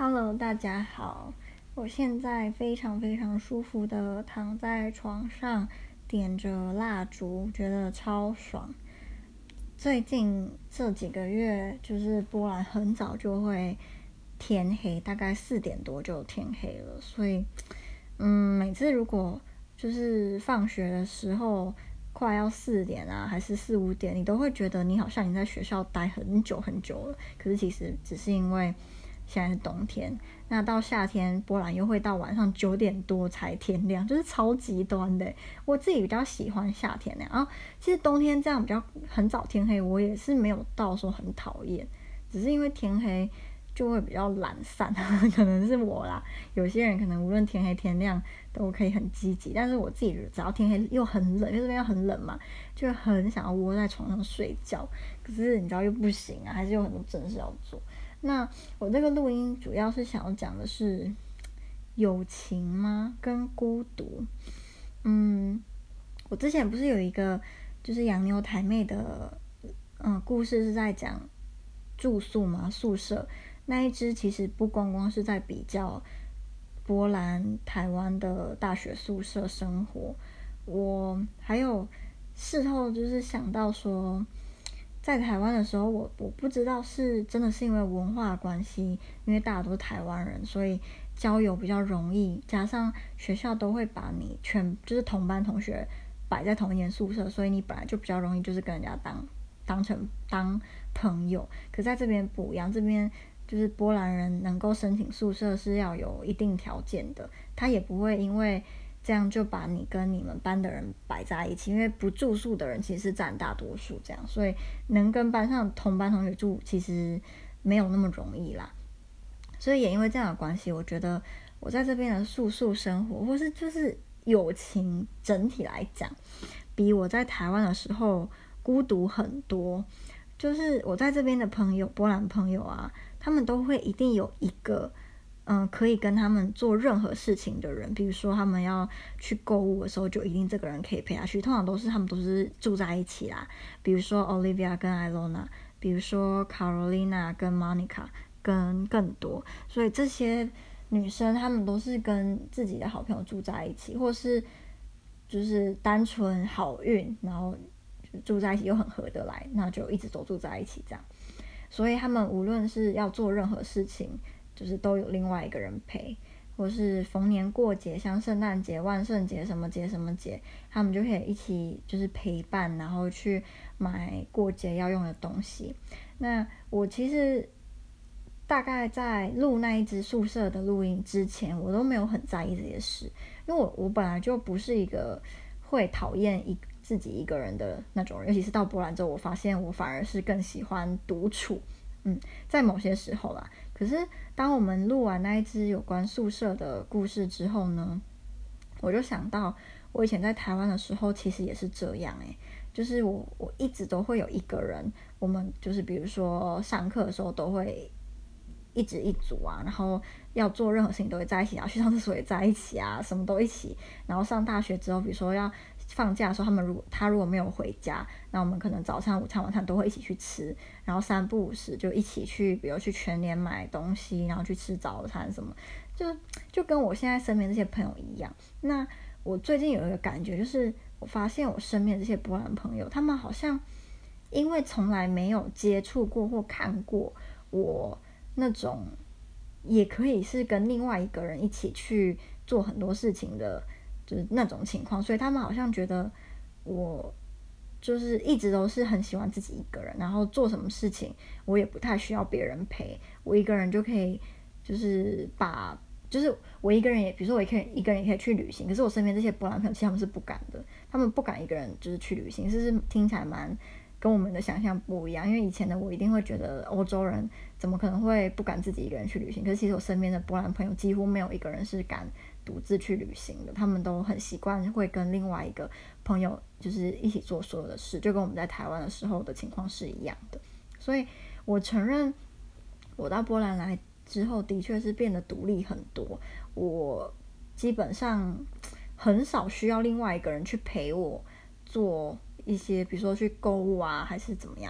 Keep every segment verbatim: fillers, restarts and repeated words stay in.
Hello，大家好，我现在非常非常舒服的躺在床上，点着蜡烛，觉得超爽。最近这几个月，就是波兰很早就会天黑，大概四点多就天黑了，所以，嗯，每次如果就是放学的时候，快要四点啊，还是四五点，你都会觉得你好像你在学校待很久很久了。可是其实只是因为现在是冬天，那到夏天波兰又会到晚上九点多才天亮，就是超极端的。我自己比较喜欢夏天那样，然后其实冬天这样比较很早天黑，我也是没有到说很讨厌，只是因为天黑就会比较懒散，可能是我啦。有些人可能无论天黑天亮都可以很积极，但是我自己只要天黑又很冷，因为这边又很冷嘛，就很想要窝在床上睡觉。可是你知道又不行啊，还是有很多正事要做。那我这个录音主要是想要讲的是友情吗？跟孤独。嗯，我之前不是有一个就是洋妞台妹的嗯故事是在讲住宿嘛，宿舍那一支其实不光光是在比较波兰、台湾的大学宿舍生活，我还有事后就是想到说，在台湾的时候，我我不知道是真的是因为文化关系，因为大家都是台湾人，所以交友比较容易，加上学校都会把你全就是同班同学摆在同一间宿舍，所以你本来就比较容易就是跟人家当当成当朋友。可在这边不一样，这边就是波兰人能够申请宿舍是要有一定条件的，他也不会因为这样就把你跟你们班的人摆在一起，因为不住宿的人其实是占大多数，这样，所以能跟班上同班同学住其实没有那么容易啦。所以也因为这样的关系，我觉得我在这边的宿宿生活，或是就是友情整体来讲，比我在台湾的时候孤独很多。就是我在这边的朋友，波兰朋友啊，他们都会一定有一个嗯，可以跟他们做任何事情的人，比如说他们要去购物的时候，就一定这个人可以陪他去。通常都是他们都是住在一起啦，比如说 Olivia 跟 Ilona， 比如说 Carolina 跟 Monica， 跟更多。所以这些女生她们都是跟自己的好朋友住在一起，或是就是单纯好运，然后住在一起又很合得来，那就一直都住在一起这样。所以他们无论是要做任何事情，就是都有另外一个人陪，或是逢年过节，像圣诞节、万圣节什么节什么节，他们就可以一起就是陪伴，然后去买过节要用的东西。那我其实大概在录那一支宿舍的录音之前，我都没有很在意这些事，因为我我本来就不是一个会讨厌一自己一个人的那种人，尤其是到波兰之后，我发现我反而是更喜欢独处。嗯，在某些时候啦。可是当我们录完那一支有关宿舍的故事之后呢，我就想到我以前在台湾的时候，其实也是这样诶、欸，就是我我一直都会有一个人，我们就是比如说上课的时候都会一直一组啊，然后要做任何事情都会在一起，然后去上厕所也在一起啊，什么都一起。然后上大学之后，比如说要放假的时候，他们如果他如果没有回家，那我们可能早餐、午餐、晚餐都会一起去吃，然后三不五时就一起去，比如去全联买东西，然后去吃早餐什么，就就跟我现在身边这些朋友一样。那我最近有一个感觉，就是我发现我身边这些波兰朋友，他们好像因为从来没有接触过或看过我那种也可以是跟另外一个人一起去做很多事情的，就是那种情况，所以他们好像觉得我就是一直都是很喜欢自己一个人，然后做什么事情我也不太需要别人陪，我一个人就可以就是把就是我一个人也比如说我一个人一个人也可以去旅行。可是我身边这些波兰朋友其实他们是不敢的，他们不敢一个人就是去旅行，就是听起来蛮跟我们的想象不一样。因为以前的我一定会觉得欧洲人怎么可能会不敢自己一个人去旅行，可是其实我身边的波兰朋友几乎没有一个人是敢独自去旅行的，他们都很习惯会跟另外一个朋友就是一起做所有的事，就跟我们在台湾的时候的情况是一样的。所以我承认我到波兰来之后的确是变得独立很多，我基本上很少需要另外一个人去陪我做一些比如说去购物啊还是怎么样。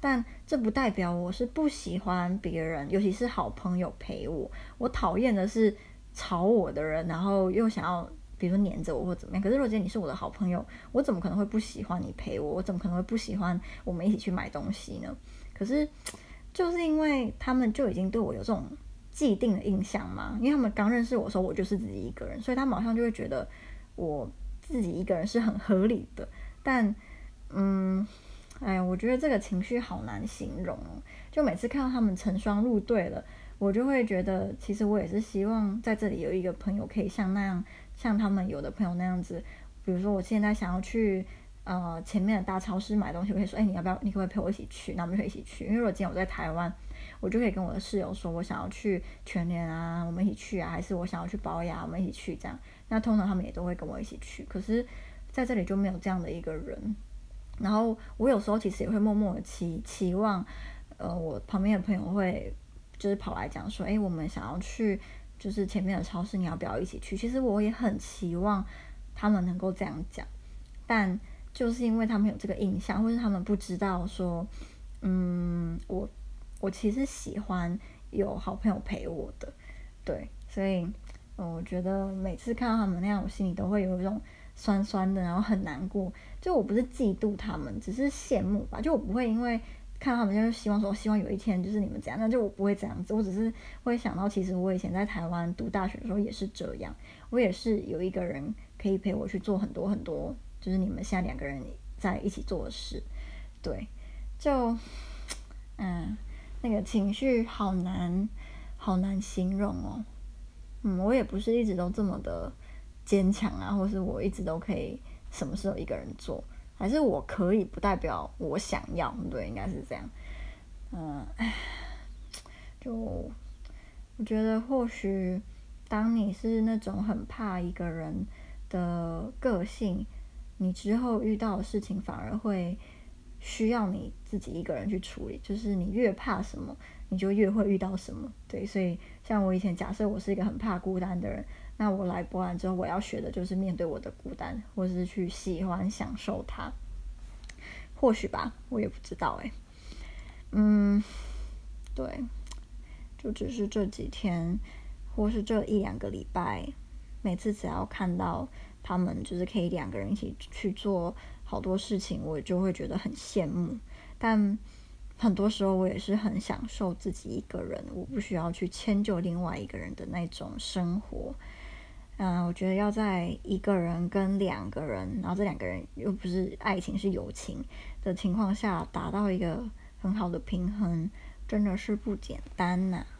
但这不代表我是不喜欢别人，尤其是好朋友陪我。我讨厌的是吵我的人，然后又想要比如说黏着我或怎么样。可是如果今天你是我的好朋友，我怎么可能会不喜欢你陪我？我怎么可能会不喜欢我们一起去买东西呢？可是就是因为他们就已经对我有这种既定的印象嘛，因为他们刚认识我的时候，我就是自己一个人，所以他们好像就会觉得我自己一个人是很合理的。但嗯，哎呀，我觉得这个情绪好难形容哦。就每次看到他们成双入对了，我就会觉得，其实我也是希望在这里有一个朋友可以像那样，像他们有的朋友那样子。比如说，我现在想要去呃前面的大超市买东西，我可以说，哎、欸，你要不要？你可不可以陪我一起去？那我们就可以一起去。因为如果今天我在台湾，我就可以跟我的室友说，我想要去全联啊，我们一起去啊，还是我想要去保养，我们一起去这样。那通常他们也都会跟我一起去。可是在这里就没有这样的一个人。然后我有时候其实也会默默的期期望，呃，我旁边的朋友会就是跑来讲说，哎，我们想要去就是前面的超市，你要不要一起去？其实我也很期望他们能够这样讲，但就是因为他们有这个印象，或是他们不知道说，嗯，我我其实喜欢有好朋友陪我的，对，所以，嗯，我觉得每次看到他们那样，我心里都会有一种酸酸的，然后很难过。就我不是嫉妒他们，只是羡慕吧。就我不会因为看到他们就是希望说，希望有一天就是你们这样，那就我不会这样子。我只是会想到，其实我以前在台湾读大学的时候也是这样，我也是有一个人可以陪我去做很多很多，就是你们现在两个人在一起做的事。对，就嗯，那个情绪好难，好难形容哦。嗯，我也不是一直都这么的坚强啊，或是我一直都可以什么事都一个人做，还是我可以不代表我想要，对，应该是这样。嗯，唉，就我觉得或许当你是那种很怕一个人的个性，你之后遇到的事情反而会需要你自己一个人去处理，就是你越怕什么，你就越会遇到什么。对，所以像我以前假设我是一个很怕孤单的人，那我来波兰之后，我要学的就是面对我的孤单，或是去喜欢享受它。或许吧，我也不知道哎。嗯，对，就只是这几天，或是这一两个礼拜，每次只要看到他们就是可以两个人一起去做好多事情，我就会觉得很羡慕。但很多时候我也是很享受自己一个人，我不需要去迁就另外一个人的那种生活。嗯、呃，我觉得要在一个人跟两个人，然后这两个人又不是爱情是友情的情况下，达到一个很好的平衡，真的是不简单呐、啊。